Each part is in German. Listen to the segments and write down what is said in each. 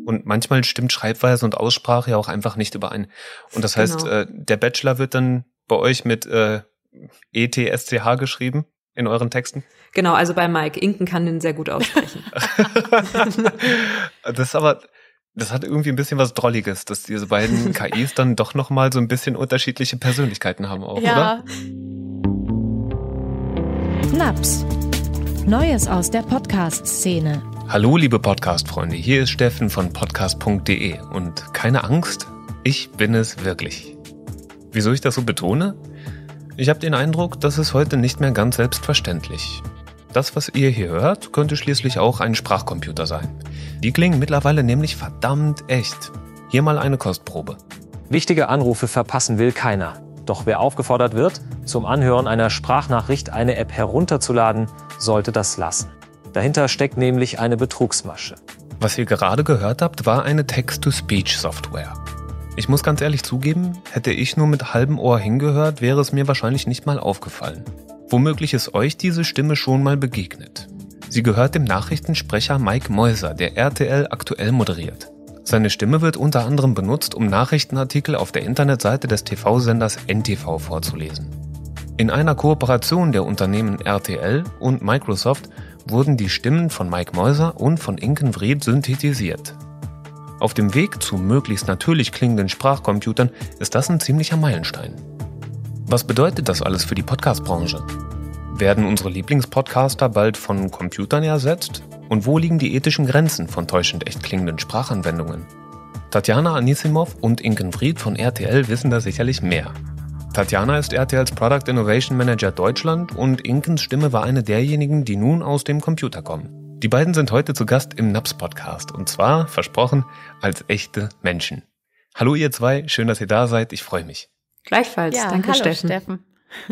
Und manchmal stimmt Schreibweise und Aussprache ja auch einfach nicht überein. Und das heißt, der Bachelor wird dann bei euch mit ETSCH geschrieben in euren Texten? Genau, also bei Mike. Inken kann den sehr gut aussprechen. Das hat irgendwie ein bisschen was Drolliges, dass diese beiden KIs dann doch nochmal so ein bisschen unterschiedliche Persönlichkeiten haben auch, oder? Naps. Neues aus der Podcast-Szene. Hallo liebe Podcast-Freunde, hier ist Steffen von podcast.de und keine Angst, ich bin es wirklich. Wieso ich das so betone? Ich habe den Eindruck, das ist heute nicht mehr ganz selbstverständlich. Das, was ihr hier hört, könnte schließlich auch ein Sprachcomputer sein. Die klingen mittlerweile nämlich verdammt echt. Hier mal eine Kostprobe. Wichtige Anrufe verpassen will keiner. Doch wer aufgefordert wird, zum Anhören einer Sprachnachricht eine App herunterzuladen, sollte das lassen. Dahinter steckt nämlich eine Betrugsmasche. Was ihr gerade gehört habt, war eine Text-to-Speech-Software. Ich muss ganz ehrlich zugeben, hätte ich nur mit halbem Ohr hingehört, wäre es mir wahrscheinlich nicht mal aufgefallen. Womöglich ist euch diese Stimme schon mal begegnet. Sie gehört dem Nachrichtensprecher Mike Meuser, der RTL aktuell moderiert. Seine Stimme wird unter anderem benutzt, um Nachrichtenartikel auf der Internetseite des TV-Senders NTV vorzulesen. In einer Kooperation der Unternehmen RTL und Microsoft wurden die Stimmen von Mike Meuser und von Inken Vried synthetisiert. Auf dem Weg zu möglichst natürlich klingenden Sprachcomputern ist das ein ziemlicher Meilenstein. Was bedeutet das alles für die Podcast-Branche? Werden unsere Lieblingspodcaster bald von Computern ersetzt? Und wo liegen die ethischen Grenzen von täuschend echt klingenden Sprachanwendungen? Tatjana Anisimov und Inken Vried von RTL wissen da sicherlich mehr. Tatjana ist RTLs Product Innovation Manager Deutschland und Inkens Stimme war eine derjenigen, die nun aus dem Computer kommen. Die beiden sind heute zu Gast im Naps-Podcast und zwar, versprochen, als echte Menschen. Hallo ihr zwei, schön, dass ihr da seid, ich freue mich. Gleichfalls, ja, danke hallo, Steffen.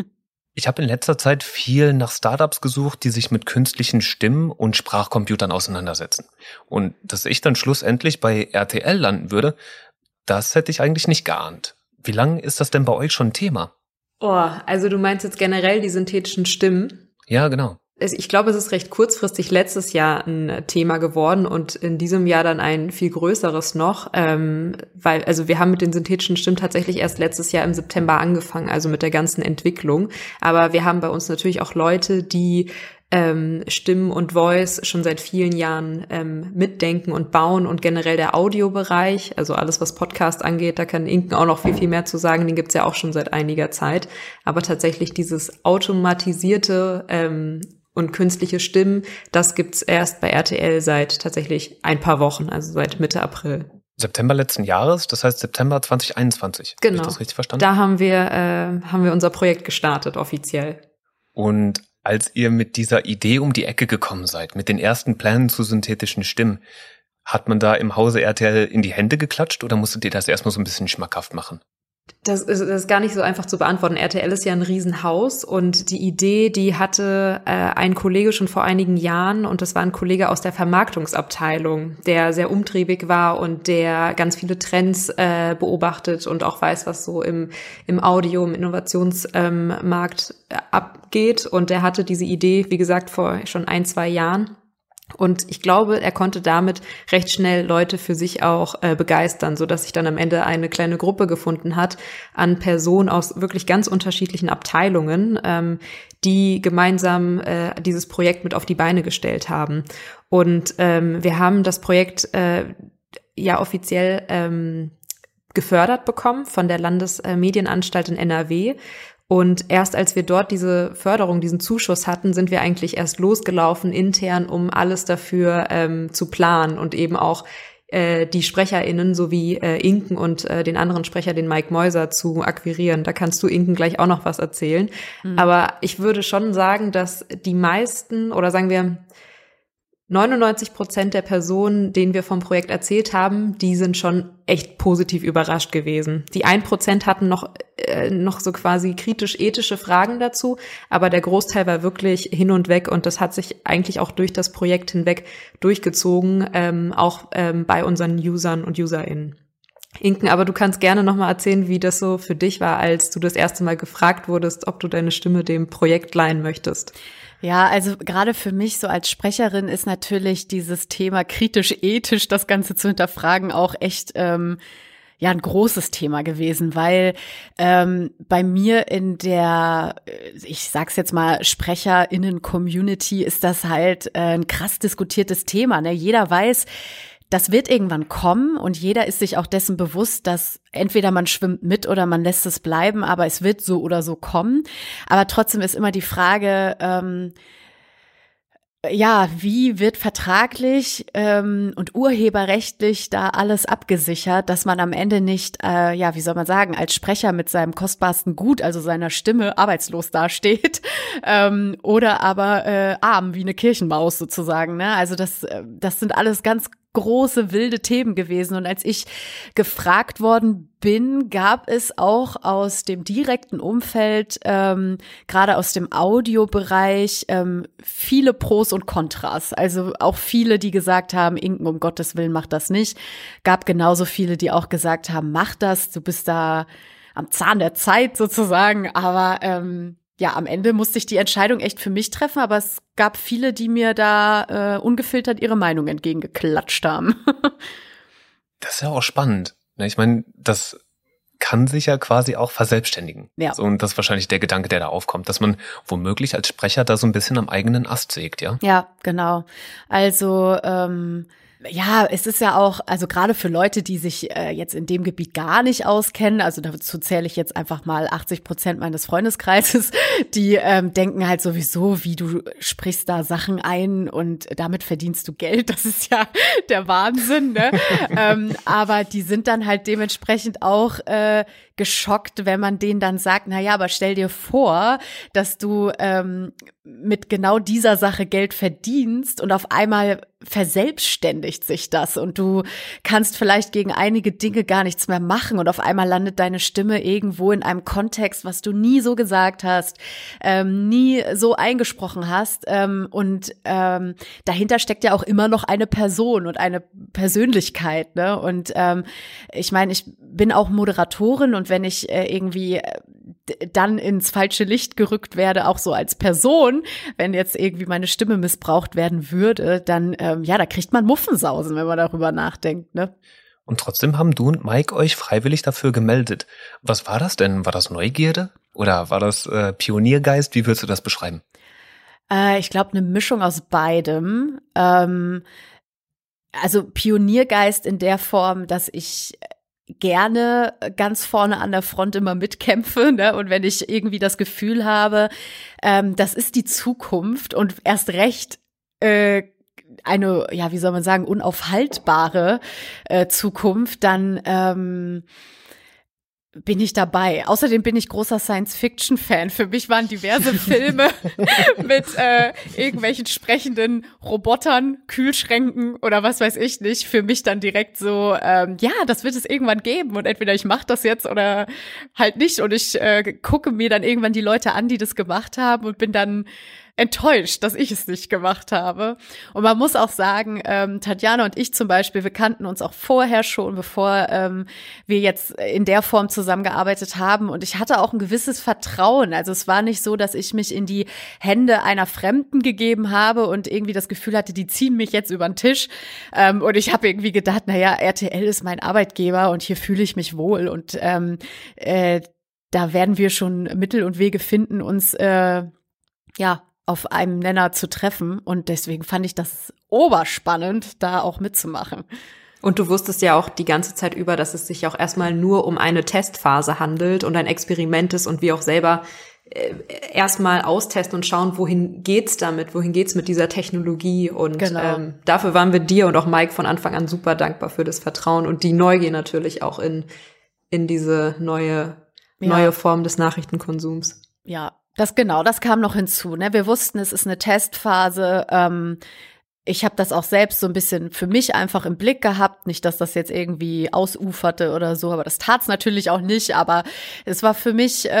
Ich habe in letzter Zeit viel nach Startups gesucht, die sich mit künstlichen Stimmen und Sprachcomputern auseinandersetzen. Und dass ich dann schlussendlich bei RTL landen würde, das hätte ich eigentlich nicht geahnt. Wie lange ist das denn bei euch schon ein Thema? Also du meinst jetzt generell die synthetischen Stimmen? Ja, genau. Ich glaube, es ist recht kurzfristig letztes Jahr ein Thema geworden und in diesem Jahr dann ein viel größeres noch, weil wir haben mit den synthetischen Stimmen tatsächlich erst letztes Jahr im September angefangen, also mit der ganzen Entwicklung. Aber wir haben bei uns natürlich auch Leute, die Stimmen und Voice schon seit vielen Jahren mitdenken und bauen und generell der Audiobereich, also alles, was Podcast angeht, da kann Inken auch noch viel, viel mehr zu sagen, den gibt's ja auch schon seit einiger Zeit. Aber tatsächlich dieses automatisierte und künstliche Stimmen, das gibt's erst bei RTL seit tatsächlich ein paar Wochen, also seit Mitte April. September letzten Jahres, das heißt September 2021. Genau. Habe ich das richtig verstanden? Da haben wir unser Projekt gestartet, offiziell. Und als ihr mit dieser Idee um die Ecke gekommen seid, mit den ersten Plänen zu synthetischen Stimmen, hat man da im Hause RTL in die Hände geklatscht oder musstet ihr das erstmal so ein bisschen schmackhaft machen? Das ist gar nicht so einfach zu beantworten. RTL ist ja ein Riesenhaus und die Idee, die hatte ein Kollege schon vor einigen Jahren und das war ein Kollege aus der Vermarktungsabteilung, der sehr umtriebig war und der ganz viele Trends beobachtet und auch weiß, was so im Audio, im Innovationsmarkt abgeht. Und der hatte diese Idee, wie gesagt, vor schon 1-2 Jahren. Und ich glaube, er konnte damit recht schnell Leute für sich auch begeistern, so dass sich dann am Ende eine kleine Gruppe gefunden hat an Personen aus wirklich ganz unterschiedlichen Abteilungen, die gemeinsam dieses Projekt mit auf die Beine gestellt haben. Und wir haben das Projekt offiziell gefördert bekommen von der Landesmedienanstalt in NRW. Und erst als wir dort diese Förderung, diesen Zuschuss hatten, sind wir eigentlich erst losgelaufen intern, um alles dafür zu planen und eben auch die SprecherInnen sowie Inken und den anderen Sprecher, den Mike Meuser, zu akquirieren. Da kannst du, Inken, gleich auch noch was erzählen. Aber ich würde schon sagen, dass die meisten, oder sagen wir 99% der Personen, denen wir vom Projekt erzählt haben, die sind schon echt positiv überrascht gewesen. Die 1% hatten noch so quasi kritisch-ethische Fragen dazu, aber der Großteil war wirklich hin und weg und das hat sich eigentlich auch durch das Projekt hinweg durchgezogen, auch bei unseren Usern und UserInnen. Inken, aber du kannst gerne nochmal erzählen, wie das so für dich war, als du das erste Mal gefragt wurdest, ob du deine Stimme dem Projekt leihen möchtest. Ja, also gerade für mich so als Sprecherin ist natürlich dieses Thema kritisch-ethisch, das Ganze zu hinterfragen, auch echt ja ein großes Thema gewesen, weil bei mir in der, ich sag's jetzt mal, SprecherInnen-Community ist das halt ein krass diskutiertes Thema. Ne? Jeder weiß, das wird irgendwann kommen und jeder ist sich auch dessen bewusst, dass entweder man schwimmt mit oder man lässt es bleiben, aber es wird so oder so kommen. Aber trotzdem ist immer die Frage, ja, wie wird vertraglich und urheberrechtlich da alles abgesichert, dass man am Ende nicht, ja, wie soll man sagen, als Sprecher mit seinem kostbarsten Gut, also seiner Stimme, arbeitslos dasteht oder aber arm wie eine Kirchenmaus sozusagen. Ne? Also das sind alles ganz große, wilde Themen gewesen. Und als ich gefragt worden bin, gab es auch aus dem direkten Umfeld, gerade aus dem Audiobereich, viele Pros und Kontras. Also auch viele, die gesagt haben, Inken, um Gottes Willen, mach das nicht. Gab genauso viele, die auch gesagt haben, mach das, du bist da am Zahn der Zeit sozusagen. Aber ja, am Ende musste ich die Entscheidung echt für mich treffen, aber es gab viele, die mir da ungefiltert ihre Meinung entgegengeklatscht haben. Das ist ja auch spannend. Ich meine, das kann sich ja quasi auch verselbstständigen. Ja. So, und das ist wahrscheinlich der Gedanke, der da aufkommt, dass man womöglich als Sprecher da so ein bisschen am eigenen Ast sägt, ja? Ja, genau. Also ja, es ist ja auch, also gerade für Leute, die sich jetzt in dem Gebiet gar nicht auskennen, also dazu zähle ich jetzt einfach mal 80% meines Freundeskreises, die denken halt sowieso, wie du sprichst da Sachen ein und damit verdienst du Geld, das ist ja der Wahnsinn, ne? Aber die sind dann halt dementsprechend auch geschockt, wenn man denen dann sagt, na ja, aber stell dir vor, dass du mit genau dieser Sache Geld verdienst und auf einmal verselbstständigt sich das und du kannst vielleicht gegen einige Dinge gar nichts mehr machen und auf einmal landet deine Stimme irgendwo in einem Kontext, was du nie so gesagt hast, nie so eingesprochen hast und dahinter steckt ja auch immer noch eine Person und eine Persönlichkeit, ne? Und ich meine, ich bin auch Moderatorin und wenn ich irgendwie dann ins falsche Licht gerückt werde, auch so als Person, wenn jetzt irgendwie meine Stimme missbraucht werden würde, dann, ja, da kriegt man Muffensausen, wenn man darüber nachdenkt, ne? Und trotzdem haben du und Mike euch freiwillig dafür gemeldet. Was war das denn? War das Neugierde? Oder war das Pioniergeist? Wie würdest du das beschreiben? Ich glaube, eine Mischung aus beidem. Also Pioniergeist in der Form, dass ich gerne ganz vorne an der Front immer mitkämpfe, ne? Und wenn ich irgendwie das Gefühl habe, das ist die Zukunft und erst recht eine, ja, wie soll man sagen, unaufhaltbare Zukunft, dann bin ich dabei. Außerdem bin ich großer Science-Fiction-Fan. Für mich waren diverse Filme mit irgendwelchen sprechenden Robotern, Kühlschränken oder was weiß ich nicht, für mich dann direkt so, ja, das wird es irgendwann geben und entweder ich mache das jetzt oder halt nicht und ich gucke mir dann irgendwann die Leute an, die das gemacht haben und bin dann enttäuscht, dass ich es nicht gemacht habe. Und man muss auch sagen, Tatjana und ich zum Beispiel, wir kannten uns auch vorher schon, bevor wir jetzt in der Form zusammengearbeitet haben. Und ich hatte auch ein gewisses Vertrauen. Also es war nicht so, dass ich mich in die Hände einer Fremden gegeben habe und irgendwie das Gefühl hatte, die ziehen mich jetzt über den Tisch. Und ich habe irgendwie gedacht, naja, RTL ist mein Arbeitgeber und hier fühle ich mich wohl. Und da werden wir schon Mittel und Wege finden, uns ja auf einem Nenner zu treffen. Und deswegen fand ich das oberspannend, da auch mitzumachen. Und du wusstest ja auch die ganze Zeit über, dass es sich auch erstmal nur um eine Testphase handelt und ein Experiment ist und wir auch selber erstmal austesten und schauen, wohin geht's damit, wohin geht's mit dieser Technologie. Und genau. Dafür waren wir dir und auch Mike von Anfang an super dankbar für das Vertrauen und die Neugier natürlich auch in diese neue Form des Nachrichtenkonsums. Ja. Das kam noch hinzu, ne? Wir wussten, es ist eine Testphase. Ich habe das auch selbst so ein bisschen für mich einfach im Blick gehabt. Nicht, dass das jetzt irgendwie ausuferte oder so, aber das tat's natürlich auch nicht. Aber es war für mich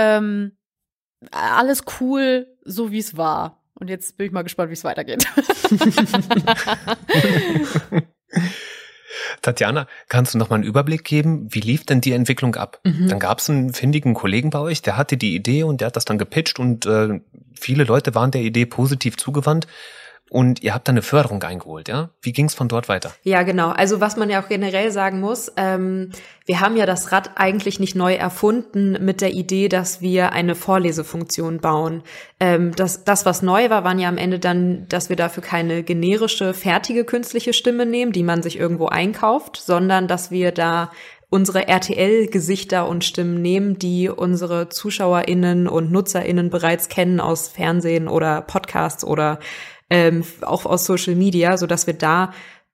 alles cool, so wie es war. Und jetzt bin ich mal gespannt, wie es weitergeht. Tatjana, kannst du noch mal einen Überblick geben? Wie lief denn die Entwicklung ab? Dann gab es einen findigen Kollegen bei euch, der hatte die Idee und der hat das dann gepitcht und viele Leute waren der Idee positiv zugewandt. Und ihr habt dann eine Förderung eingeholt, ja? Wie ging es von dort weiter? Ja, genau. Also was man ja auch generell sagen muss, wir haben ja das Rad eigentlich nicht neu erfunden mit der Idee, dass wir eine Vorlesefunktion bauen. Das, was neu war, waren ja am Ende dann, dass wir dafür keine generische, fertige künstliche Stimme nehmen, die man sich irgendwo einkauft, sondern dass wir da unsere RTL-Gesichter und Stimmen nehmen, die unsere ZuschauerInnen und NutzerInnen bereits kennen aus Fernsehen oder Podcasts oder auch aus Social Media, so dass wir da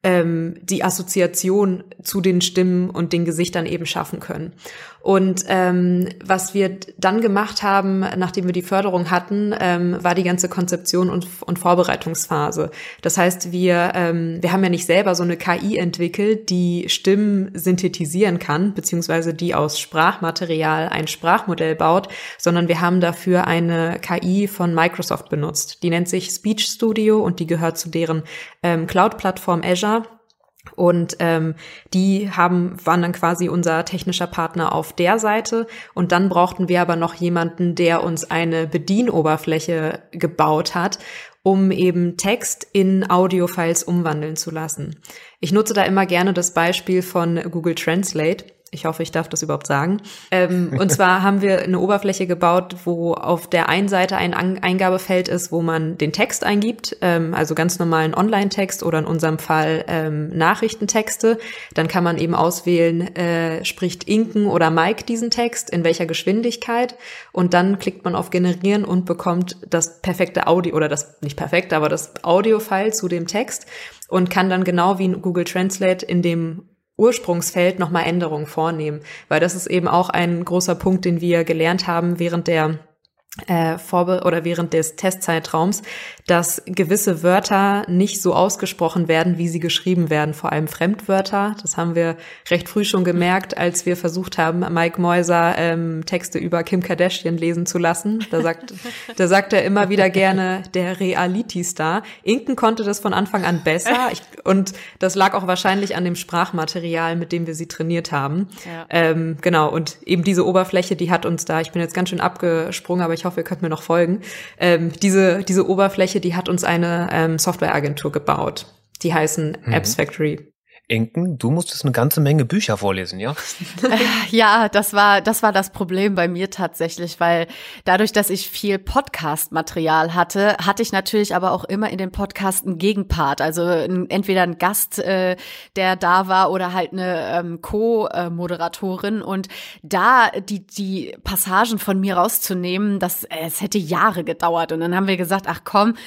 die Assoziation zu den Stimmen und den Gesichtern eben schaffen können. Und was wir dann gemacht haben, nachdem wir die Förderung hatten, war die ganze Konzeption und Vorbereitungsphase. Das heißt, wir haben ja nicht selber so eine KI entwickelt, die Stimmen synthetisieren kann, beziehungsweise die aus Sprachmaterial ein Sprachmodell baut, sondern wir haben dafür eine KI von Microsoft benutzt. Die nennt sich Speech Studio und die gehört zu deren Cloud-Plattform Azure. Und die waren dann quasi unser technischer Partner auf der Seite. Und dann brauchten wir aber noch jemanden, der uns eine Bedienoberfläche gebaut hat, um eben Text in Audiofiles umwandeln zu lassen. Ich nutze da immer gerne das Beispiel von Google Translate. Ich hoffe, ich darf das überhaupt sagen. Und zwar haben wir eine Oberfläche gebaut, wo auf der einen Seite ein Eingabefeld ist, wo man den Text eingibt, also ganz normalen Online-Text oder in unserem Fall Nachrichtentexte. Dann kann man eben auswählen, spricht Inken oder Mike diesen Text, in welcher Geschwindigkeit. Und dann klickt man auf Generieren und bekommt das perfekte Audio, oder das nicht perfekte, aber das Audio-File zu dem Text und kann dann genau wie in Google Translate in dem Ursprungsfeld nochmal Änderungen vornehmen, weil das ist eben auch ein großer Punkt, den wir gelernt haben während der während des Testzeitraums, dass gewisse Wörter nicht so ausgesprochen werden, wie sie geschrieben werden, vor allem Fremdwörter. Das haben wir recht früh schon gemerkt, als wir versucht haben, Mike Meuser Texte über Kim Kardashian lesen zu lassen. Da sagt er immer wieder gerne der Reality-Star. Inken konnte das von Anfang an besser und das lag auch wahrscheinlich an dem Sprachmaterial, mit dem wir sie trainiert haben. Ja. Genau, und eben diese Oberfläche, die hat uns da, ich bin jetzt ganz schön abgesprungen, aber ich hoffe, ihr könnt mir noch folgen. Diese Oberfläche, die hat uns eine Softwareagentur gebaut. Die heißen Apps Factory. Inken, du musstest eine ganze Menge Bücher vorlesen, ja? Ja, das war das Problem bei mir tatsächlich, weil dadurch, dass ich viel Podcast-Material hatte ich natürlich aber auch immer in den Podcast einen Gegenpart, also entweder ein Gast, der da war oder halt eine Co-Moderatorin und da die Passagen von mir rauszunehmen, es hätte Jahre gedauert und dann haben wir gesagt, ach komm,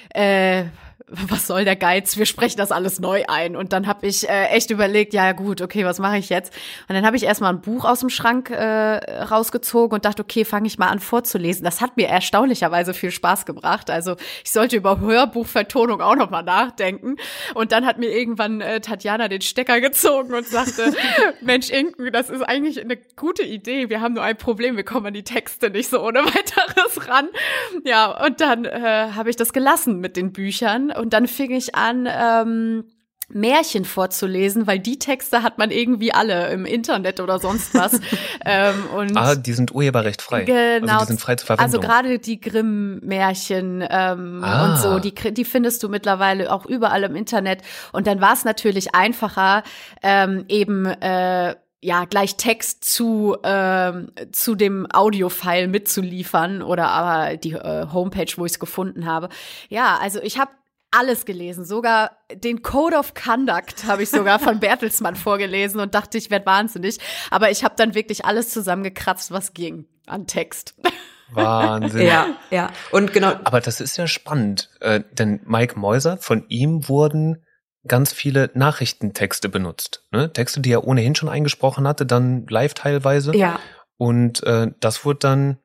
was soll der Geiz? Wir sprechen das alles neu ein. Und dann habe ich echt überlegt, ja gut, okay, was mache ich jetzt? Und dann habe ich erstmal ein Buch aus dem Schrank rausgezogen und dachte, okay, fange ich mal an vorzulesen. Das hat mir erstaunlicherweise viel Spaß gebracht. Also ich sollte über Hörbuchvertonung auch noch mal nachdenken. Und dann hat mir irgendwann Tatjana den Stecker gezogen und sagte, Mensch, Inken, das ist eigentlich eine gute Idee. Wir haben nur ein Problem, wir kommen an die Texte nicht so ohne weiteres ran. Ja, und dann habe ich das gelassen mit den Büchern. Und dann fing ich an, Märchen vorzulesen, weil die Texte hat man irgendwie alle im Internet oder sonst was. Die sind urheberrechtfrei. Genau. Also die sind frei zur Verwendung. Also gerade die Grimm-Märchen und so, die findest du mittlerweile auch überall im Internet. Und dann war es natürlich einfacher, gleich Text zu dem Audio-File mitzuliefern oder aber die Homepage, wo ich es gefunden habe. Ja, also ich habe alles gelesen, sogar den Code of Conduct habe ich sogar von Bertelsmann vorgelesen und dachte, ich werde wahnsinnig. Aber ich habe dann wirklich alles zusammengekratzt, was ging an Text. Wahnsinn. Ja. Und genau. Aber das ist ja spannend, denn Mike Meuser, von ihm wurden ganz viele Nachrichtentexte benutzt. Ne? Texte, die er ohnehin schon eingesprochen hatte, dann live teilweise. Ja. Und das wurde dann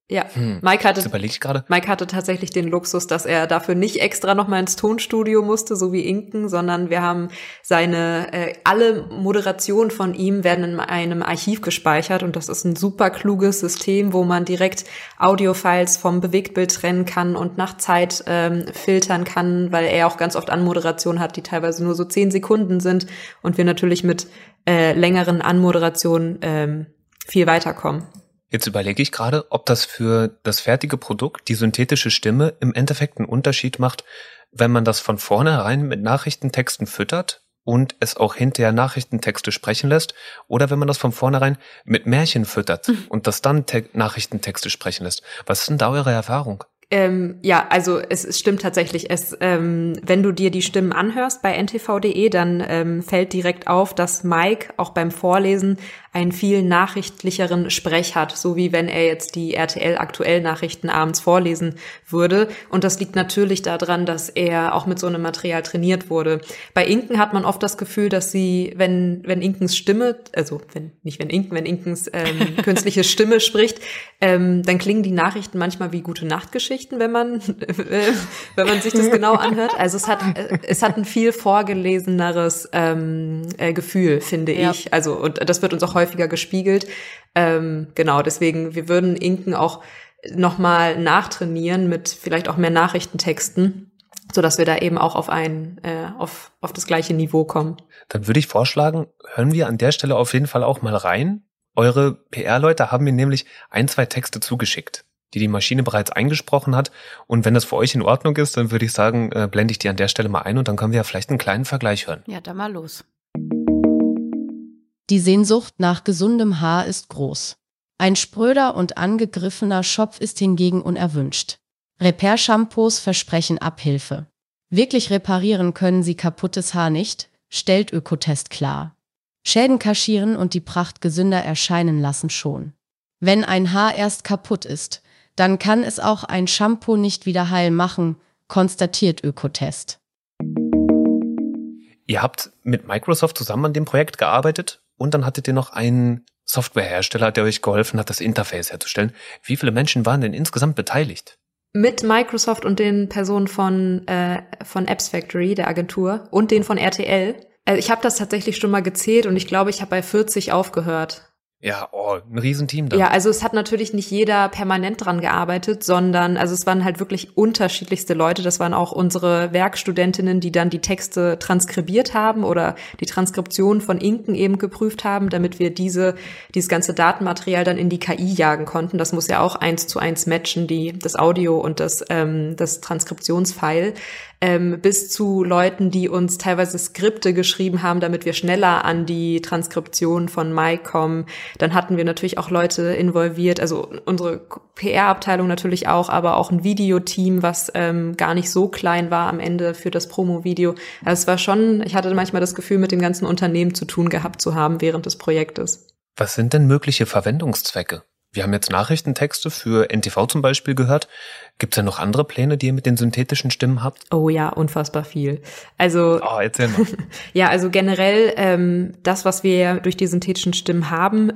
Ja, Mike hatte tatsächlich den Luxus, dass er dafür nicht extra nochmal ins Tonstudio musste, so wie Inken, sondern wir haben alle Moderationen von ihm werden in einem Archiv gespeichert und das ist ein super kluges System, wo man direkt Audiofiles vom Bewegtbild trennen kann und nach Zeit filtern kann, weil er auch ganz oft Anmoderationen hat, die teilweise nur so 10 Sekunden sind und wir natürlich mit längeren Anmoderationen viel weiterkommen. Jetzt überlege ich gerade, ob das für das fertige Produkt, die synthetische Stimme, im Endeffekt einen Unterschied macht, wenn man das von vornherein mit Nachrichtentexten füttert und es auch hinterher Nachrichtentexte sprechen lässt, oder wenn man das von vornherein mit Märchen füttert und das dann Nachrichtentexte sprechen lässt. Was ist denn da eure Erfahrung? Ja, also es stimmt tatsächlich. Wenn du dir die Stimmen anhörst bei ntv.de, dann fällt direkt auf, dass Mike auch beim Vorlesen einen viel nachrichtlicheren Sprech hat, so wie wenn er jetzt die RTL-Aktuell-Nachrichten abends vorlesen würde. Und das liegt natürlich daran, dass er auch mit so einem Material trainiert wurde. Bei Inken hat man oft das Gefühl, dass sie, wenn Inkens Stimme, also wenn Inkens künstliche Stimme spricht, dann klingen die Nachrichten manchmal wie Gute-Nacht-Geschichten, wenn man sich das genau anhört. Also es hat ein viel vorgeleseneres Gefühl, finde ich. Also, und das wird uns auch häufiger gespiegelt. Genau, deswegen, wir würden Inken auch nochmal nachtrainieren mit vielleicht auch mehr Nachrichtentexten, sodass wir da eben auch auf das gleiche Niveau kommen. Dann würde ich vorschlagen, hören wir an der Stelle auf jeden Fall auch mal rein. Eure PR-Leute haben mir nämlich 1-2 Texte zugeschickt, die Maschine bereits eingesprochen hat. Und wenn das für euch in Ordnung ist, dann würde ich sagen, blende ich die an der Stelle mal ein und dann können wir ja vielleicht einen kleinen Vergleich hören. Ja, dann mal los. Die Sehnsucht nach gesundem Haar ist groß. Ein spröder und angegriffener Schopf ist hingegen unerwünscht. Repair-Shampoos versprechen Abhilfe. Wirklich reparieren können sie kaputtes Haar nicht, stellt Ökotest klar. Schäden kaschieren und die Pracht gesünder erscheinen lassen schon. Wenn ein Haar erst kaputt ist, dann kann es auch ein Shampoo nicht wieder heil machen, konstatiert Ökotest. Ihr habt mit Microsoft zusammen an dem Projekt gearbeitet und dann hattet ihr noch einen Softwarehersteller, der euch geholfen hat, das Interface herzustellen. Wie viele Menschen waren denn insgesamt beteiligt? Mit Microsoft und den Personen von Apps Factory, der Agentur, und den von RTL. Ich habe das tatsächlich schon mal gezählt und ich glaube, ich habe bei 40 aufgehört. Ja, ein Riesenteam da. Ja, also es hat natürlich nicht jeder permanent dran gearbeitet, sondern also es waren halt wirklich unterschiedlichste Leute. Das waren auch unsere Werkstudentinnen, die dann die Texte transkribiert haben oder die Transkription von Inken eben geprüft haben, damit wir dieses ganze Datenmaterial dann in die KI jagen konnten. Das muss ja auch 1:1 matchen, das Audio und das Transkriptionsfile. Bis zu Leuten, die uns teilweise Skripte geschrieben haben, damit wir schneller an die Transkription von Mike kommen. Dann hatten wir natürlich auch Leute involviert, also unsere PR-Abteilung natürlich auch, aber auch ein Videoteam, was gar nicht so klein war am Ende für das Promo-Video. Also es war schon, ich hatte manchmal das Gefühl, mit dem ganzen Unternehmen zu tun gehabt zu haben während des Projektes. Was sind denn mögliche Verwendungszwecke? Wir haben jetzt Nachrichtentexte für NTV zum Beispiel gehört. Gibt es denn noch andere Pläne, die ihr mit den synthetischen Stimmen habt? Oh ja, unfassbar viel. Also erzähl mal. Ja, also generell das, was wir durch die synthetischen Stimmen haben,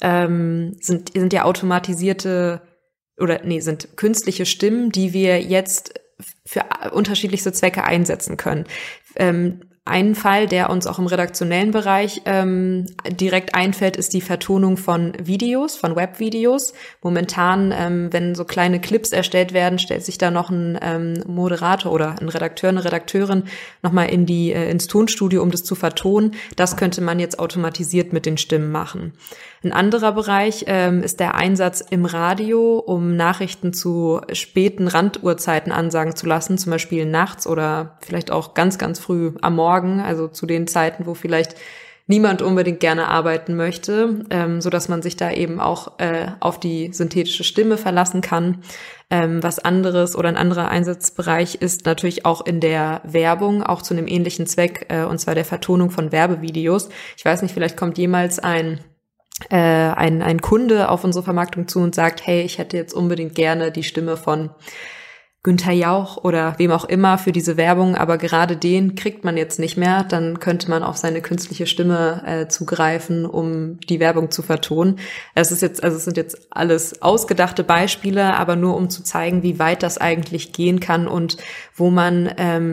sind ja automatisierte sind künstliche Stimmen, die wir jetzt für unterschiedlichste Zwecke einsetzen können. Ein Fall, der uns auch im redaktionellen Bereich direkt einfällt, ist die Vertonung von Videos, von Webvideos. Momentan, wenn so kleine Clips erstellt werden, stellt sich da noch ein Moderator oder ein Redakteur, eine Redakteurin nochmal ins Tonstudio, um das zu vertonen. Das könnte man jetzt automatisiert mit den Stimmen machen. Ein anderer Bereich ist der Einsatz im Radio, um Nachrichten zu späten Randuhrzeiten ansagen zu lassen, zum Beispiel nachts oder vielleicht auch ganz, ganz früh am Morgen, also zu den Zeiten, wo vielleicht niemand unbedingt gerne arbeiten möchte, so dass man sich da eben auch auf die synthetische Stimme verlassen kann. Was anderes oder ein anderer Einsatzbereich ist natürlich auch in der Werbung, auch zu einem ähnlichen Zweck, und zwar der Vertonung von Werbevideos. Ich weiß nicht, vielleicht kommt jemals ein Kunde auf unsere Vermarktung zu und sagt, hey, ich hätte jetzt unbedingt gerne die Stimme von Günther Jauch oder wem auch immer für diese Werbung, aber gerade den kriegt man jetzt nicht mehr, dann könnte man auf seine künstliche Stimme zugreifen, um die Werbung zu vertonen. Es sind jetzt alles ausgedachte Beispiele, aber nur um zu zeigen, wie weit das eigentlich gehen kann und wo man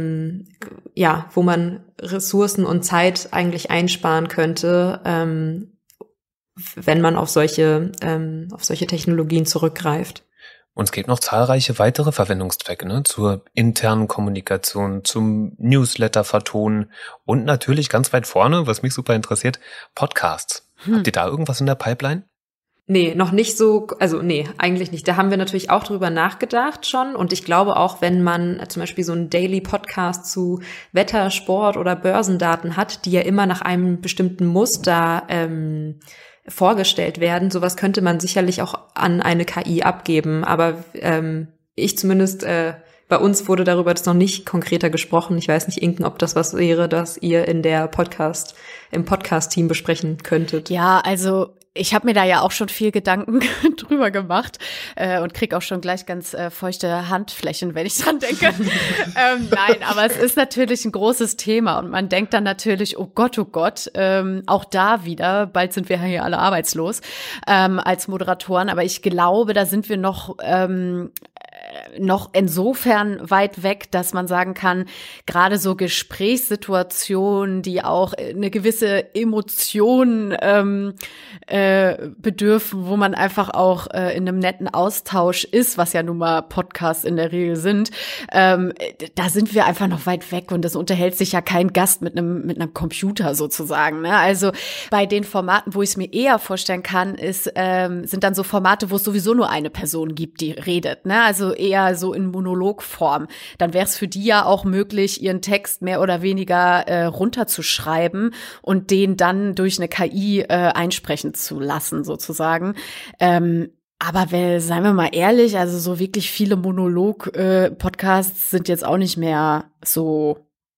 Ressourcen und Zeit eigentlich einsparen könnte, wenn man auf solche Technologien zurückgreift. Und es gibt noch zahlreiche weitere Verwendungszwecke, ne? Zur internen Kommunikation, zum Newsletter vertonen und natürlich ganz weit vorne, was mich super interessiert, Podcasts. Habt ihr da irgendwas in der Pipeline? Nee, noch nicht so, eigentlich nicht. Da haben wir natürlich auch drüber nachgedacht schon und ich glaube auch, wenn man zum Beispiel so einen Daily Podcast zu Wetter, Sport oder Börsendaten hat, die ja immer nach einem bestimmten Muster vorgestellt werden. Sowas könnte man sicherlich auch an eine KI abgeben, aber ich zumindest, bei uns wurde darüber jetzt noch nicht konkreter gesprochen. Ich weiß nicht, Inken, ob das was wäre, das ihr im Podcast-Team besprechen könntet. Ja, also ich habe mir da ja auch schon viel Gedanken drüber gemacht und krieg auch schon gleich ganz feuchte Handflächen, wenn ich dran denke. Nein, aber es ist natürlich ein großes Thema und man denkt dann natürlich, oh Gott, auch da wieder, bald sind wir hier alle arbeitslos als Moderatoren, aber ich glaube, da sind wir noch insofern weit weg, dass man sagen kann, gerade so Gesprächssituationen, die auch eine gewisse Emotion bedürfen, wo man einfach auch in einem netten Austausch ist, was ja nun mal Podcasts in der Regel sind, da sind wir einfach noch weit weg und das unterhält sich ja kein Gast mit einem Computer sozusagen, ne? Also bei den Formaten, wo ich es mir eher vorstellen kann, sind dann so Formate, wo es sowieso nur eine Person gibt, die redet, ne? Also eher so in Monologform. Dann wäre es für die ja auch möglich, ihren Text mehr oder weniger runterzuschreiben und den dann durch eine KI einsprechen zu lassen, sozusagen. Aber seien wir mal ehrlich, also so wirklich viele Monolog-Podcasts sind jetzt auch nicht mehr so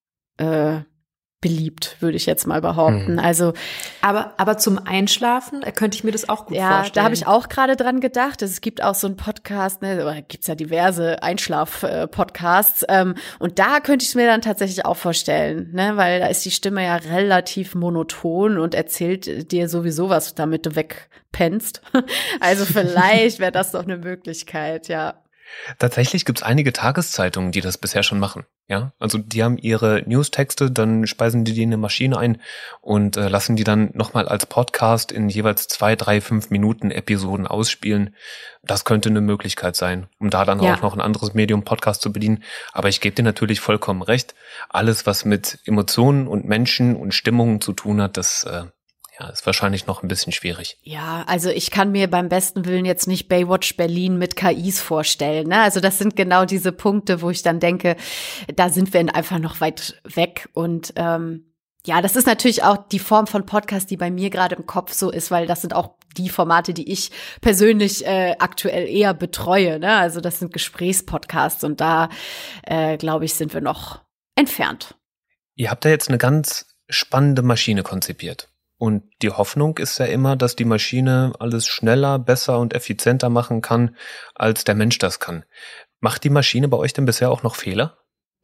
beliebt, würde ich jetzt mal behaupten. Also, aber zum Einschlafen könnte ich mir das auch gut vorstellen. Ja, da habe ich auch gerade dran gedacht. Es gibt auch so einen Podcast, ne, oder gibt's ja diverse Einschlaf-Podcasts. Und da könnte ich es mir dann tatsächlich auch vorstellen, ne, weil da ist die Stimme ja relativ monoton und erzählt dir sowieso was, damit du wegpennst. Also vielleicht wäre das doch eine Möglichkeit, ja. Tatsächlich gibt's einige Tageszeitungen, die das bisher schon machen. Ja, also die haben ihre Newstexte, dann speisen die in eine Maschine ein und lassen die dann nochmal als Podcast in jeweils 2, 3, 5 Minuten Episoden ausspielen. Das könnte eine Möglichkeit sein, um da dann auch noch ein anderes Medium Podcast zu bedienen. Aber ich gebe dir natürlich vollkommen recht. Alles, was mit Emotionen und Menschen und Stimmungen zu tun hat, das ist wahrscheinlich noch ein bisschen schwierig. Ja, also ich kann mir beim besten Willen jetzt nicht Baywatch Berlin mit KIs vorstellen, ne? Also das sind genau diese Punkte, wo ich dann denke, da sind wir einfach noch weit weg. Und das ist natürlich auch die Form von Podcast, die bei mir gerade im Kopf so ist, weil das sind auch die Formate, die ich persönlich aktuell eher betreue, ne? Also das sind Gesprächspodcasts und da, glaube ich, sind wir noch entfernt. Ihr habt da jetzt eine ganz spannende Maschine konzipiert. Und die Hoffnung ist ja immer, dass die Maschine alles schneller, besser und effizienter machen kann, als der Mensch das kann. Macht die Maschine bei euch denn bisher auch noch Fehler?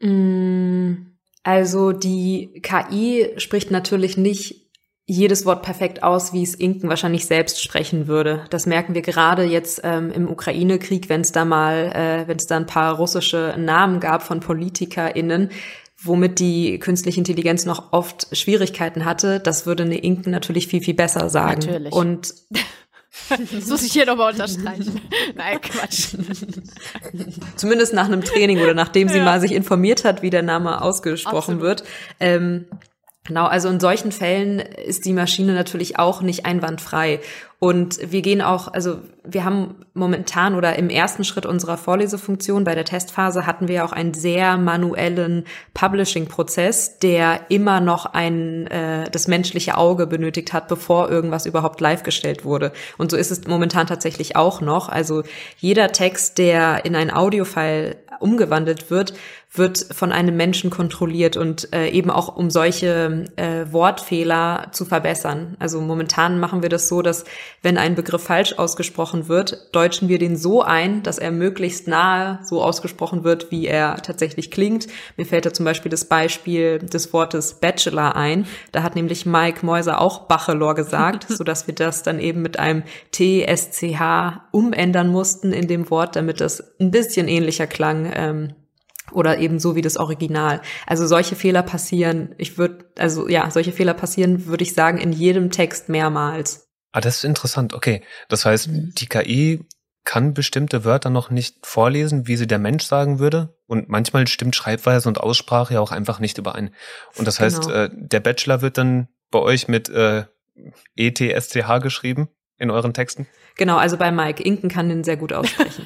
Also die KI spricht natürlich nicht jedes Wort perfekt aus, wie es Inken wahrscheinlich selbst sprechen würde. Das merken wir gerade jetzt im Ukraine-Krieg, wenn es da ein paar russische Namen gab von PolitikerInnen, womit die künstliche Intelligenz noch oft Schwierigkeiten hatte, das würde eine Inken natürlich viel, viel besser sagen. Natürlich. Und das muss ich hier nochmal unterstreichen. Nein, Quatsch. Zumindest nach einem Training oder nachdem sie mal sich informiert hat, wie der Name ausgesprochen wird. Genau, also in solchen Fällen ist die Maschine natürlich auch nicht einwandfrei. Und wir haben momentan oder im ersten Schritt unserer Vorlesefunktion bei der Testphase hatten wir auch einen sehr manuellen Publishing-Prozess, der immer noch das menschliche Auge benötigt hat, bevor irgendwas überhaupt live gestellt wurde. Und so ist es momentan tatsächlich auch noch. Also jeder Text, der in ein Audio-File umgewandelt wird von einem Menschen kontrolliert und eben auch um solche Wortfehler zu verbessern. Also momentan machen wir das so, dass wenn ein Begriff falsch ausgesprochen wird, deutschen wir den so ein, dass er möglichst nahe so ausgesprochen wird, wie er tatsächlich klingt. Mir fällt da zum Beispiel das Beispiel des Wortes Bachelor ein. Da hat nämlich Mike Meuser auch Bachelor gesagt, sodass wir das dann eben mit einem TSCH umändern mussten in dem Wort, damit das ein bisschen ähnlicher klang, oder eben so wie das Original. Also solche Fehler passieren, solche Fehler passieren, würde ich sagen, in jedem Text mehrmals. Ah, das ist interessant, okay. Das heißt, die KI kann bestimmte Wörter noch nicht vorlesen, wie sie der Mensch sagen würde. Und manchmal stimmt Schreibweise und Aussprache ja auch einfach nicht überein. Und das heißt, der Bachelor wird dann bei euch mit ETSCH geschrieben in euren Texten? Genau, also bei Mike. Inken kann den sehr gut aussprechen.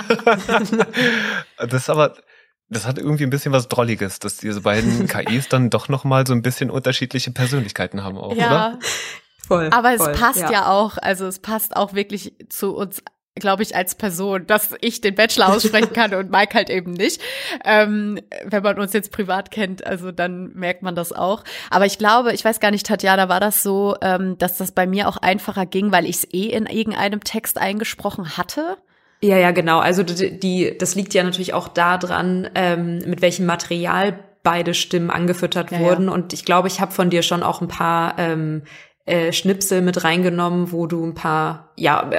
Das hat irgendwie ein bisschen was Drolliges, dass diese beiden KIs dann doch nochmal so ein bisschen unterschiedliche Persönlichkeiten haben auch, oder? Voll. Aber es passt ja auch, also es passt auch wirklich zu uns, glaube ich, als Person, dass ich den Bachelor aussprechen kann und Mike halt eben nicht. Wenn man uns jetzt privat kennt, also dann merkt man das auch. Aber ich glaube, ich weiß gar nicht, Tatjana, war das so, dass das bei mir auch einfacher ging, weil ich es in irgendeinem Text eingesprochen hatte? Ja, genau. Also das liegt ja natürlich auch daran, mit welchem Material beide Stimmen angefüttert wurden. Und ich glaube, ich habe von dir schon auch ein paar Schnipsel mit reingenommen, wo du ein paar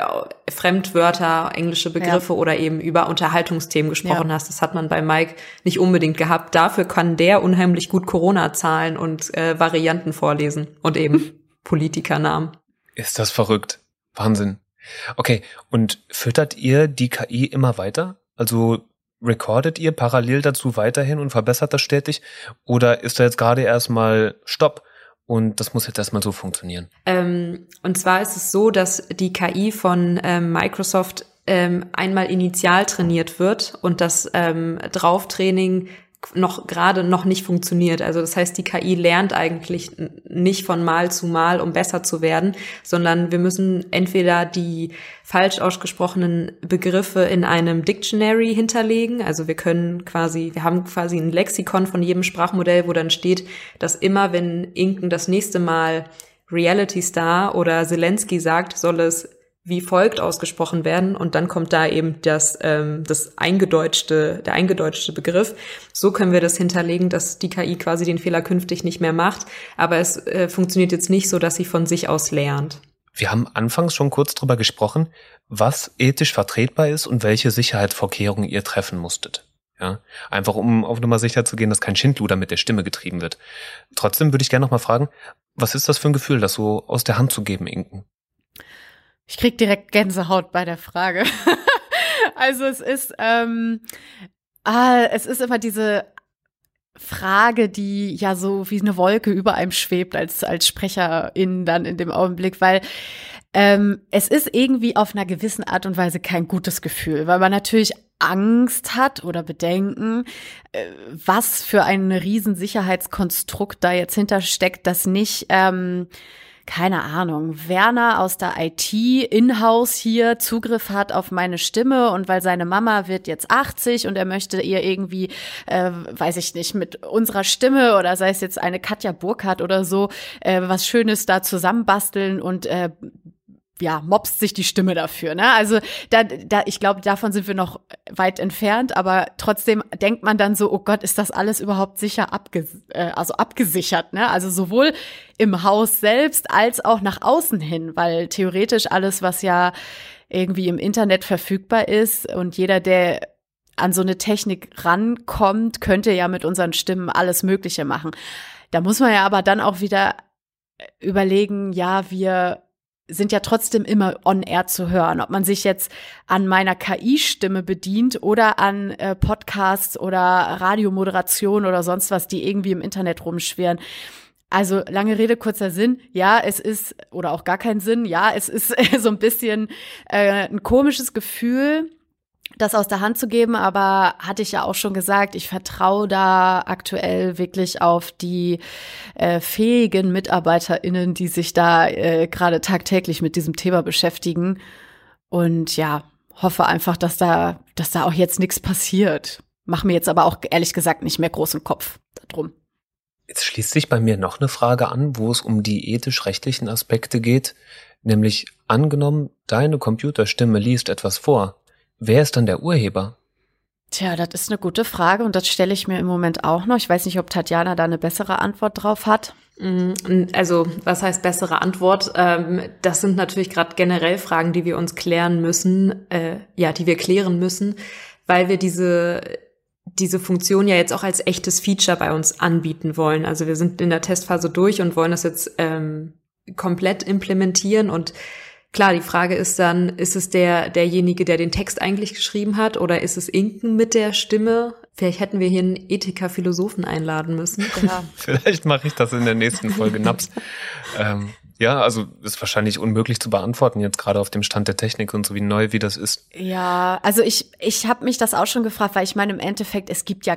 Fremdwörter, englische Begriffe oder eben über Unterhaltungsthemen gesprochen hast. Das hat man bei Mike nicht unbedingt gehabt. Dafür kann der unheimlich gut Corona-Zahlen und Varianten vorlesen und eben Politikernamen. Ist das verrückt. Wahnsinn. Okay, und füttert ihr die KI immer weiter? Also recordet ihr parallel dazu weiterhin und verbessert das stetig? Oder ist da jetzt gerade erstmal Stopp und das muss jetzt erstmal so funktionieren? Und zwar ist es so, dass die KI von Microsoft einmal initial trainiert wird und das Drauftraining noch nicht funktioniert. Also das heißt, die KI lernt eigentlich nicht von Mal zu Mal, um besser zu werden, sondern wir müssen entweder die falsch ausgesprochenen Begriffe in einem Dictionary hinterlegen. Also wir haben quasi ein Lexikon von jedem Sprachmodell, wo dann steht, dass immer, wenn Inken das nächste Mal Reality Star oder Zelensky sagt, soll es wie folgt ausgesprochen werden und dann kommt da eben der eingedeutschte Begriff. So können wir das hinterlegen, dass die KI quasi den Fehler künftig nicht mehr macht, aber es funktioniert jetzt nicht so, dass sie von sich aus lernt. Wir haben anfangs schon kurz drüber gesprochen, was ethisch vertretbar ist und welche Sicherheitsvorkehrungen ihr treffen musstet. Ja, einfach um auf Nummer sicher zu gehen, dass kein Schindluder mit der Stimme getrieben wird. Trotzdem würde ich gerne noch mal fragen, was ist das für ein Gefühl, das so aus der Hand zu geben, Inken? Ich krieg direkt Gänsehaut bei der Frage. Also es ist immer diese Frage, die ja so wie eine Wolke über einem schwebt als Sprecherin dann in dem Augenblick, weil es ist irgendwie auf einer gewissen Art und Weise kein gutes Gefühl, weil man natürlich Angst hat oder Bedenken, was für ein Riesensicherheitskonstrukt da jetzt hintersteckt, das nicht keine Ahnung, Werner aus der IT in-house hier Zugriff hat auf meine Stimme und weil seine Mama wird jetzt 80 und er möchte ihr irgendwie, weiß ich nicht, mit unserer Stimme oder sei es jetzt eine Katja Burkhardt oder so, was Schönes da zusammenbasteln und mopst sich die Stimme dafür, ne? Also ich glaube, davon sind wir noch weit entfernt, aber trotzdem denkt man dann so, oh Gott, ist das alles überhaupt sicher abgesichert, ne? Also sowohl im Haus selbst als auch nach außen hin, weil theoretisch alles, was ja irgendwie im Internet verfügbar ist und jeder, der an so eine Technik rankommt, könnte ja mit unseren Stimmen alles Mögliche machen. Da muss man ja aber dann auch wieder überlegen, ja, wir sind ja trotzdem immer on air zu hören, ob man sich jetzt an meiner KI-Stimme bedient oder an Podcasts oder Radiomoderation oder sonst was, die irgendwie im Internet rumschwirren. Also lange Rede, kurzer Sinn, ja, es ist, oder auch gar kein Sinn, ja, es ist so ein bisschen ein komisches Gefühl, das aus der Hand zu geben, aber hatte ich ja auch schon gesagt, ich vertraue da aktuell wirklich auf die fähigen MitarbeiterInnen, die sich da gerade tagtäglich mit diesem Thema beschäftigen und ja, hoffe einfach, dass da auch jetzt nichts passiert. mache mir jetzt aber auch ehrlich gesagt nicht mehr großen Kopf darum. Jetzt schließt sich bei mir noch eine Frage an, wo es um die ethisch-rechtlichen Aspekte geht, nämlich angenommen, deine Computerstimme liest etwas vor. Wer ist dann der Urheber? Tja, das ist eine gute Frage und das stelle ich mir im Moment auch noch. Ich weiß nicht, ob Tatjana da eine bessere Antwort drauf hat. Also, was heißt bessere Antwort? Das sind natürlich gerade generell Fragen, die wir uns klären müssen, die wir klären müssen, weil wir diese Funktion ja jetzt auch als echtes Feature bei uns anbieten wollen. Also wir sind in der Testphase durch und wollen das jetzt komplett implementieren. Und klar, die Frage ist dann, ist es derjenige, der den Text eigentlich geschrieben hat, oder ist es Inken mit der Stimme? Vielleicht hätten wir hier einen Ethiker-Philosophen einladen müssen. Ja. Vielleicht mache ich das in der nächsten Folge Naps. Ja, also ist wahrscheinlich unmöglich zu beantworten, jetzt gerade auf dem Stand der Technik und so wie neu wie das ist. Ja, also ich habe mich das auch schon gefragt, weil ich meine, im Endeffekt, es gibt ja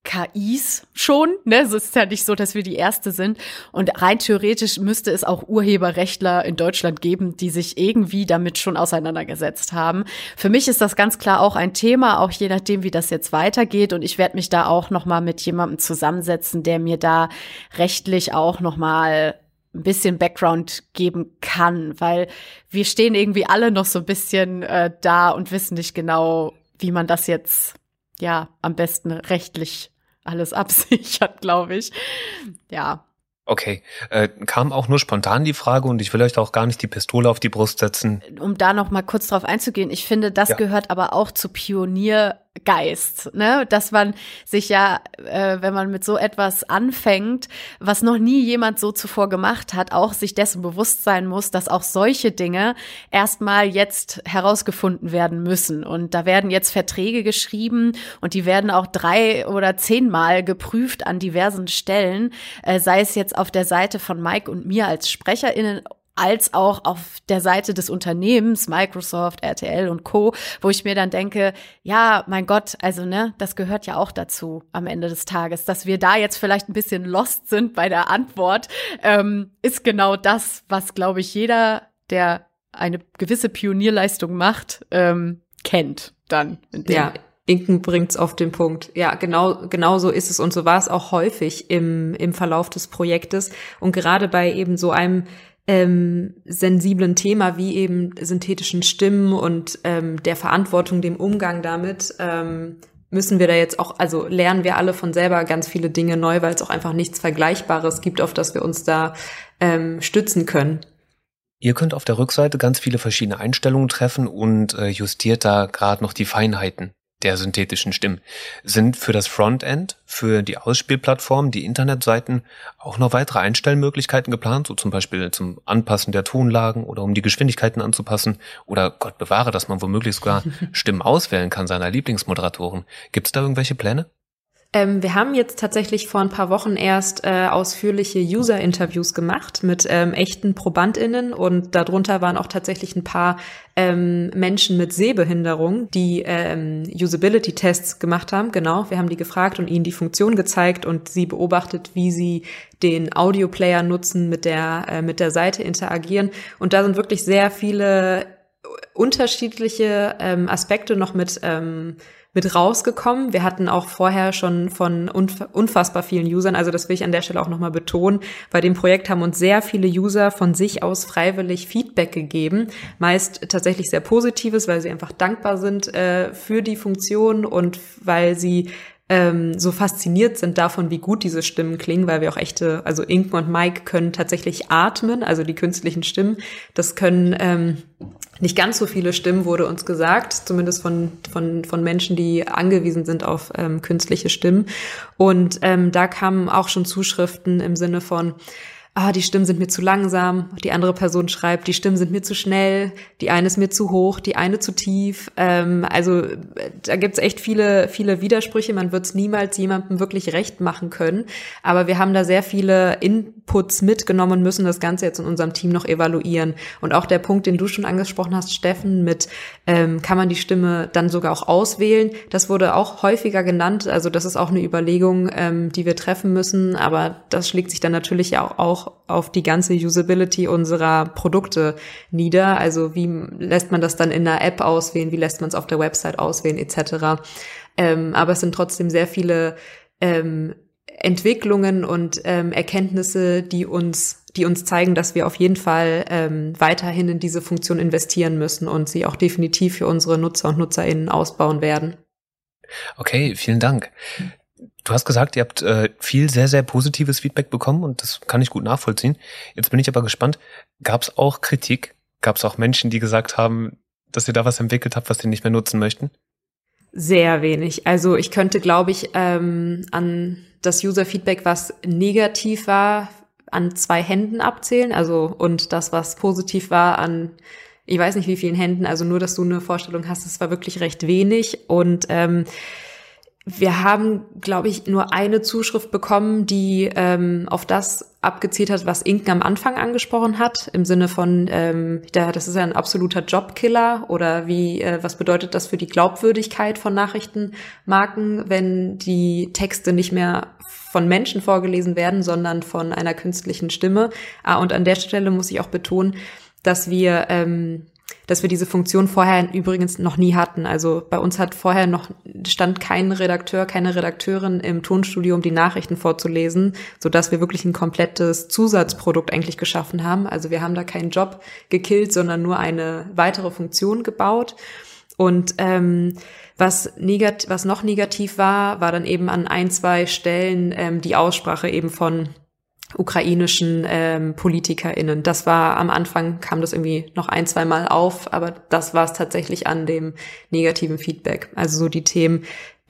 KIs schon, ne? Es ist ja nicht so, dass wir die Erste sind. Und rein theoretisch müsste es auch Urheberrechtler in Deutschland geben, die sich irgendwie damit schon auseinandergesetzt haben. Für mich ist das ganz klar auch ein Thema, auch je nachdem, wie das jetzt weitergeht. Und ich werde mich da auch noch mal mit jemandem zusammensetzen, der mir da rechtlich auch noch mal ein bisschen Background geben kann, weil wir stehen irgendwie alle noch so ein bisschen da und wissen nicht genau, wie man das jetzt am besten rechtlich alles absichert, glaube ich. Ja. Okay, kam auch nur spontan die Frage und ich will euch da auch gar nicht die Pistole auf die Brust setzen. Um da noch mal kurz drauf einzugehen, ich finde, das gehört aber auch zu Pioniergeist, ne? Dass man sich wenn man mit so etwas anfängt, was noch nie jemand so zuvor gemacht hat, auch sich dessen bewusst sein muss, dass auch solche Dinge erstmal jetzt herausgefunden werden müssen. Und da werden jetzt Verträge geschrieben und die werden auch 3 oder 10 Mal geprüft an diversen Stellen, sei es jetzt auf der Seite von Mike und mir als SprecherInnen, als auch auf der Seite des Unternehmens, Microsoft, RTL und Co., wo ich mir dann denke, ja, mein Gott, also das gehört ja auch dazu am Ende des Tages. Dass wir da jetzt vielleicht ein bisschen lost sind bei der Antwort, ist genau das, was, glaube ich, jeder, der eine gewisse Pionierleistung macht, kennt dann. Ja, Inken bringt's auf den Punkt. Ja, genau so ist es und so war es auch häufig im Verlauf des Projektes und gerade bei eben so einem sensiblen Thema wie eben synthetischen Stimmen und der Verantwortung, dem Umgang damit, müssen wir da jetzt auch, also lernen wir alle von selber ganz viele Dinge neu, weil es auch einfach nichts Vergleichbares gibt, auf das wir uns da stützen können. Ihr könnt auf der Rückseite ganz viele verschiedene Einstellungen treffen und justiert da gerade noch die Feinheiten der synthetischen Stimmen. Sind für das Frontend, für die Ausspielplattform, die Internetseiten auch noch weitere Einstellmöglichkeiten geplant, so zum Beispiel zum Anpassen der Tonlagen oder um die Geschwindigkeiten anzupassen oder Gott bewahre, dass man womöglich sogar Stimmen auswählen kann seiner Lieblingsmoderatoren. Gibt es da irgendwelche Pläne? Wir haben jetzt tatsächlich vor ein paar Wochen erst ausführliche User-Interviews gemacht mit echten ProbandInnen und darunter waren auch tatsächlich ein paar Menschen mit Sehbehinderung, die Usability-Tests gemacht haben. Genau, wir haben die gefragt und ihnen die Funktion gezeigt und sie beobachtet, wie sie den Audioplayer nutzen, mit der Seite interagieren. Und da sind wirklich sehr viele unterschiedliche Aspekte noch mit rausgekommen. Wir hatten auch vorher schon von unfassbar vielen Usern, also das will ich an der Stelle auch nochmal betonen, bei dem Projekt haben uns sehr viele User von sich aus freiwillig Feedback gegeben, meist tatsächlich sehr Positives, weil sie einfach dankbar sind für die Funktion und weil sie so fasziniert sind davon, wie gut diese Stimmen klingen, weil wir auch also Inken und Mike können tatsächlich atmen, also die künstlichen Stimmen. Das können nicht ganz so viele Stimmen, wurde uns gesagt, zumindest von Menschen, die angewiesen sind auf künstliche Stimmen. Und da kamen auch schon Zuschriften im Sinne von, die Stimmen sind mir zu langsam, die andere Person schreibt, die Stimmen sind mir zu schnell, die eine ist mir zu hoch, die eine zu tief. Also da gibt's echt viele, viele Widersprüche. Man wird's niemals jemandem wirklich recht machen können. Aber wir haben da sehr viele Inputs mitgenommen und müssen das Ganze jetzt in unserem Team noch evaluieren. Und auch der Punkt, den du schon angesprochen hast, Steffen, mit kann man die Stimme dann sogar auch auswählen, das wurde auch häufiger genannt. Also das ist auch eine Überlegung, die wir treffen müssen. Aber das schlägt sich dann natürlich auch auch auf die ganze Usability unserer Produkte nieder. Also wie lässt man das dann in einer App auswählen, wie lässt man es auf der Website auswählen etc. Aber es sind trotzdem sehr viele Entwicklungen und Erkenntnisse, die uns zeigen, dass wir auf jeden Fall weiterhin in diese Funktion investieren müssen und sie auch definitiv für unsere Nutzer und NutzerInnen ausbauen werden. Okay, vielen Dank. Du hast gesagt, ihr habt viel sehr, sehr positives Feedback bekommen und das kann ich gut nachvollziehen. Jetzt bin ich aber gespannt, gab es auch Kritik? Gab es auch Menschen, die gesagt haben, dass ihr da was entwickelt habt, was sie nicht mehr nutzen möchten? Sehr wenig. Also ich könnte, glaube ich, an das User-Feedback, was negativ war, an 2 Händen abzählen. Also und das, was positiv war, an ich weiß nicht wie vielen Händen. Also nur, dass du eine Vorstellung hast, es war wirklich recht wenig. Und wir haben, glaube ich, nur eine Zuschrift bekommen, die auf das abgezielt hat, was Inken am Anfang angesprochen hat, im Sinne von, das ist ja ein absoluter Jobkiller oder was bedeutet das für die Glaubwürdigkeit von Nachrichtenmarken, wenn die Texte nicht mehr von Menschen vorgelesen werden, sondern von einer künstlichen Stimme. Und an der Stelle muss ich auch betonen, dass wir diese Funktion vorher übrigens noch nie hatten. Also bei uns stand kein Redakteur, keine Redakteurin im Tonstudio, um die Nachrichten vorzulesen, sodass wir wirklich ein komplettes Zusatzprodukt eigentlich geschaffen haben. Also wir haben da keinen Job gekillt, sondern nur eine weitere Funktion gebaut. Und was noch negativ war dann eben an 1-2 Stellen die Aussprache eben von ukrainischen PolitikerInnen. Das war am Anfang, kam das irgendwie noch 1-2 Mal auf, aber das war es tatsächlich an dem negativen Feedback. Also so die Themen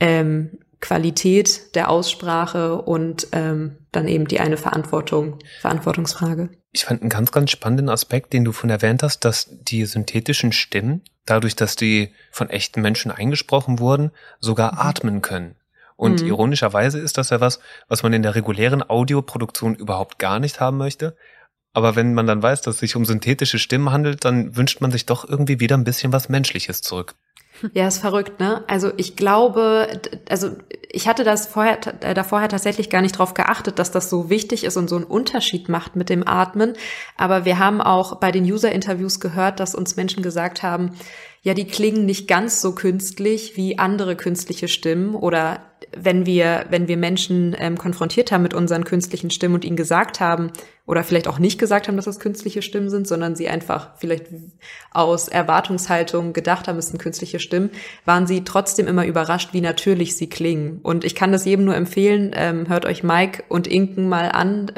Qualität der Aussprache und dann eben die eine Verantwortungsfrage. Ich fand einen ganz, ganz spannenden Aspekt, den du von erwähnt hast, dass die synthetischen Stimmen, dadurch, dass die von echten Menschen eingesprochen wurden, sogar atmen können. Und ironischerweise ist das ja was man in der regulären Audioproduktion überhaupt gar nicht haben möchte. Aber wenn man dann weiß, dass es sich um synthetische Stimmen handelt, dann wünscht man sich doch irgendwie wieder ein bisschen was Menschliches zurück. Ja, ist verrückt, ne? Also ich glaube, ich hatte vorher tatsächlich gar nicht drauf geachtet, dass das so wichtig ist und so einen Unterschied macht mit dem Atmen. Aber wir haben auch bei den User-Interviews gehört, dass uns Menschen gesagt haben, ja, die klingen nicht ganz so künstlich wie andere künstliche Stimmen. Oder wenn wir Menschen konfrontiert haben mit unseren künstlichen Stimmen und ihnen gesagt haben, oder vielleicht auch nicht gesagt haben, dass das künstliche Stimmen sind, sondern sie einfach vielleicht aus Erwartungshaltung gedacht haben, es sind künstliche Stimmen, waren sie trotzdem immer überrascht, wie natürlich sie klingen. Und ich kann das jedem nur empfehlen, hört euch Mike und Inken mal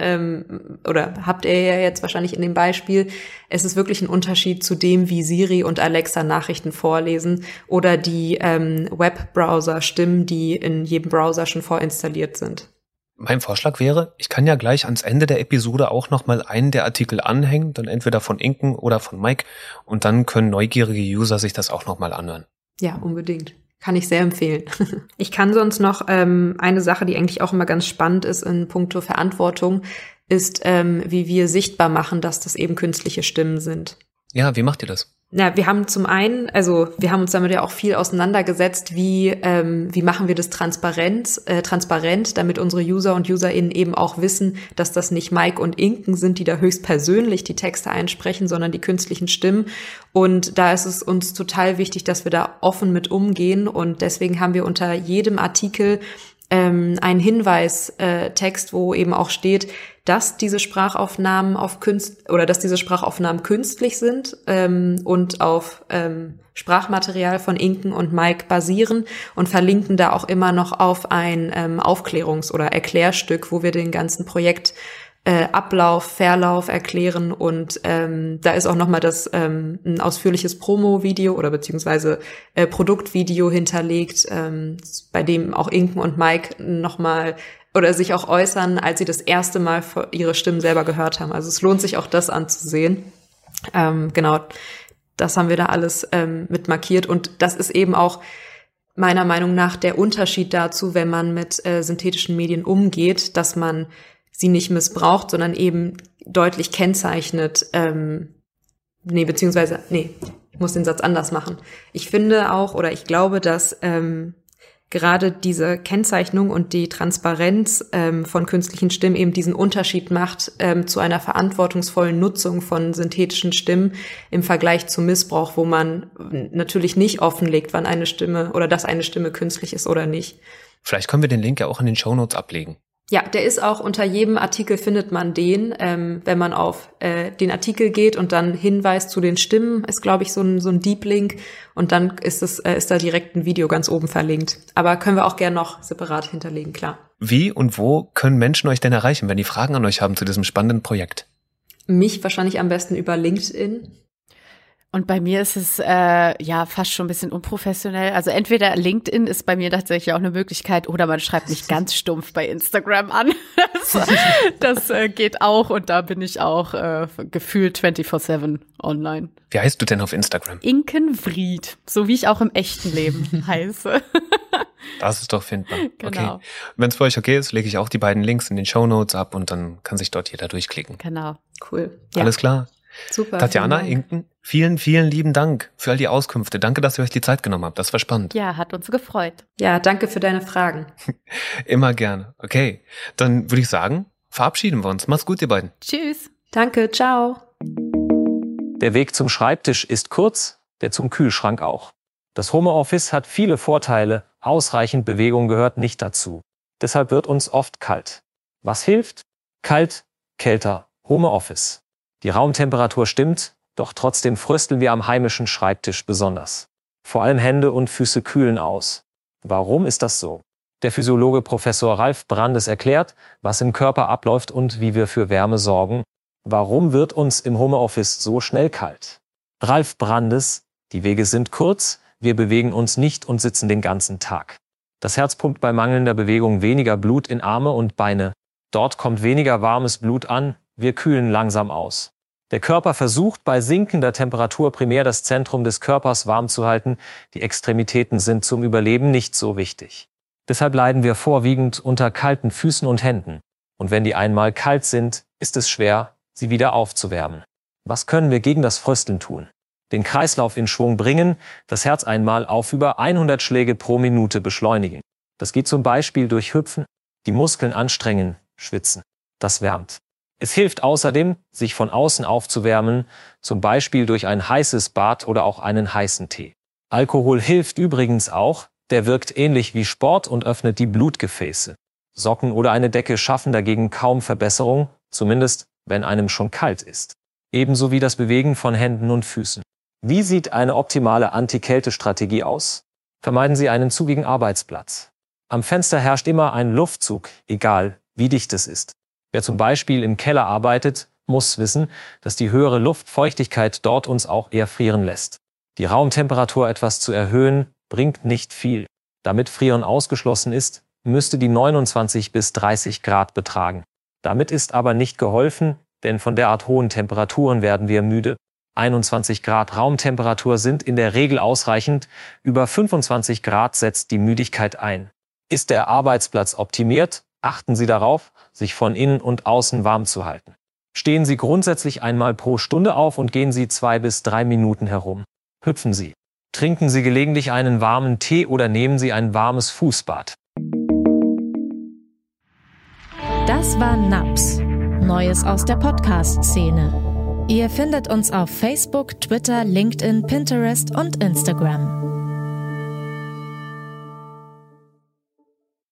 an, oder habt ihr ja jetzt wahrscheinlich in dem Beispiel. Es ist wirklich ein Unterschied zu dem, wie Siri und Alexa Nachrichten vorlesen oder die Webbrowser-Stimmen, die in jedem Browser schon vorinstalliert sind. Mein Vorschlag wäre, ich kann ja gleich ans Ende der Episode auch nochmal einen der Artikel anhängen, dann entweder von Inken oder von Mike, und dann können neugierige User sich das auch nochmal anhören. Ja, unbedingt. Kann ich sehr empfehlen. Ich kann sonst noch eine Sache, die eigentlich auch immer ganz spannend ist in puncto Verantwortung, ist, wie wir sichtbar machen, dass das eben künstliche Stimmen sind. Ja, wie macht ihr das? Na, wir haben zum einen, wir haben uns damit ja auch viel auseinandergesetzt, wie machen wir das transparent, damit unsere User und UserInnen eben auch wissen, dass das nicht Mike und Inken sind, die da höchstpersönlich die Texte einsprechen, sondern die künstlichen Stimmen. Und da ist es uns total wichtig, dass wir da offen mit umgehen. Und deswegen haben wir unter jedem Artikel einen Hinweistext, wo eben auch steht, dass diese Sprachaufnahmen künstlich sind und auf Sprachmaterial von Inken und Mike basieren und verlinken da auch immer noch auf ein Aufklärungs- oder Erklärstück, wo wir den ganzen Projekt Verlauf erklären und da ist auch nochmal ein ausführliches Promo-Video oder beziehungsweise Produktvideo hinterlegt, bei dem auch Inken und Mike nochmal oder sich auch äußern, als sie das erste Mal ihre Stimmen selber gehört haben. Also es lohnt sich auch das anzusehen. Genau, das haben wir da alles mit markiert und das ist eben auch meiner Meinung nach der Unterschied dazu, wenn man mit synthetischen Medien umgeht, dass man sie nicht missbraucht, sondern eben deutlich kennzeichnet. Ich muss den Satz anders machen. Ich finde auch oder ich glaube, dass gerade diese Kennzeichnung und die Transparenz von künstlichen Stimmen eben diesen Unterschied macht zu einer verantwortungsvollen Nutzung von synthetischen Stimmen im Vergleich zu Missbrauch, wo man natürlich nicht offenlegt, wann eine Stimme oder dass eine Stimme künstlich ist oder nicht. Vielleicht können wir den Link ja auch in den Shownotes ablegen. Ja, der ist auch unter jedem Artikel findet man den, wenn man auf den Artikel geht und dann Hinweis zu den Stimmen, ist glaube ich so ein Deep Link und dann ist da direkt ein Video ganz oben verlinkt. Aber können wir auch gerne noch separat hinterlegen, klar. Wie und wo können Menschen euch denn erreichen, wenn die Fragen an euch haben zu diesem spannenden Projekt? Mich wahrscheinlich am besten über LinkedIn. Und bei mir ist es fast schon ein bisschen unprofessionell. Also entweder LinkedIn ist bei mir tatsächlich auch eine Möglichkeit oder man schreibt mich ganz stumpf bei Instagram an. Das geht auch und da bin ich auch gefühlt 24/7 online. Wie heißt du denn auf Instagram? Inkenvried, so wie ich auch im echten Leben heiße. Das ist doch findbar. Genau. Okay. Wenn es für euch okay ist, lege ich auch die beiden Links in den Shownotes ab und dann kann sich dort jeder durchklicken. Genau. Cool. Ja. Alles klar. Super. Tatjana, Inken, vielen, vielen lieben Dank für all die Auskünfte. Danke, dass ihr euch die Zeit genommen habt. Das war spannend. Ja, hat uns gefreut. Ja, danke für deine Fragen. Immer gerne. Okay, dann würde ich sagen, verabschieden wir uns. Macht's gut, ihr beiden. Tschüss. Danke, ciao. Der Weg zum Schreibtisch ist kurz, der zum Kühlschrank auch. Das Homeoffice hat viele Vorteile, ausreichend Bewegung gehört nicht dazu. Deshalb wird uns oft kalt. Was hilft? Kalt, kälter, Homeoffice. Die Raumtemperatur stimmt, doch trotzdem frösteln wir am heimischen Schreibtisch besonders. Vor allem Hände und Füße kühlen aus. Warum ist das so? Der Physiologe Professor Ralf Brandes erklärt, was im Körper abläuft und wie wir für Wärme sorgen. Warum wird uns im Homeoffice so schnell kalt? Ralf Brandes: Die Wege sind kurz, wir bewegen uns nicht und sitzen den ganzen Tag. Das Herz pumpt bei mangelnder Bewegung weniger Blut in Arme und Beine. Dort kommt weniger warmes Blut an, wir kühlen langsam aus. Der Körper versucht bei sinkender Temperatur primär das Zentrum des Körpers warm zu halten, die Extremitäten sind zum Überleben nicht so wichtig. Deshalb leiden wir vorwiegend unter kalten Füßen und Händen. Und wenn die einmal kalt sind, ist es schwer, sie wieder aufzuwärmen. Was können wir gegen das Frösteln tun? Den Kreislauf in Schwung bringen, das Herz einmal auf über 100 Schläge pro Minute beschleunigen. Das geht zum Beispiel durch Hüpfen, die Muskeln anstrengen, schwitzen. Das wärmt. Es hilft außerdem, sich von außen aufzuwärmen, zum Beispiel durch ein heißes Bad oder auch einen heißen Tee. Alkohol hilft übrigens auch, der wirkt ähnlich wie Sport und öffnet die Blutgefäße. Socken oder eine Decke schaffen dagegen kaum Verbesserung, zumindest wenn einem schon kalt ist. Ebenso wie das Bewegen von Händen und Füßen. Wie sieht eine optimale Anti-Kälte-Strategie aus? Vermeiden Sie einen zugigen Arbeitsplatz. Am Fenster herrscht immer ein Luftzug, egal wie dicht es ist. Wer zum Beispiel im Keller arbeitet, muss wissen, dass die höhere Luftfeuchtigkeit dort uns auch eher frieren lässt. Die Raumtemperatur etwas zu erhöhen, bringt nicht viel. Damit Frieren ausgeschlossen ist, müsste die 29 bis 30 Grad betragen. Damit ist aber nicht geholfen, denn von derart hohen Temperaturen werden wir müde. 21 Grad Raumtemperatur sind in der Regel ausreichend, über 25 Grad setzt die Müdigkeit ein. Ist der Arbeitsplatz optimiert, achten Sie darauf, sich von innen und außen warm zu halten. Stehen Sie grundsätzlich einmal pro Stunde auf und gehen Sie 2 bis 3 Minuten herum. Hüpfen Sie. Trinken Sie gelegentlich einen warmen Tee oder nehmen Sie ein warmes Fußbad. Das war NAPS, Neues aus der Podcast-Szene. Ihr findet uns auf Facebook, Twitter, LinkedIn, Pinterest und Instagram.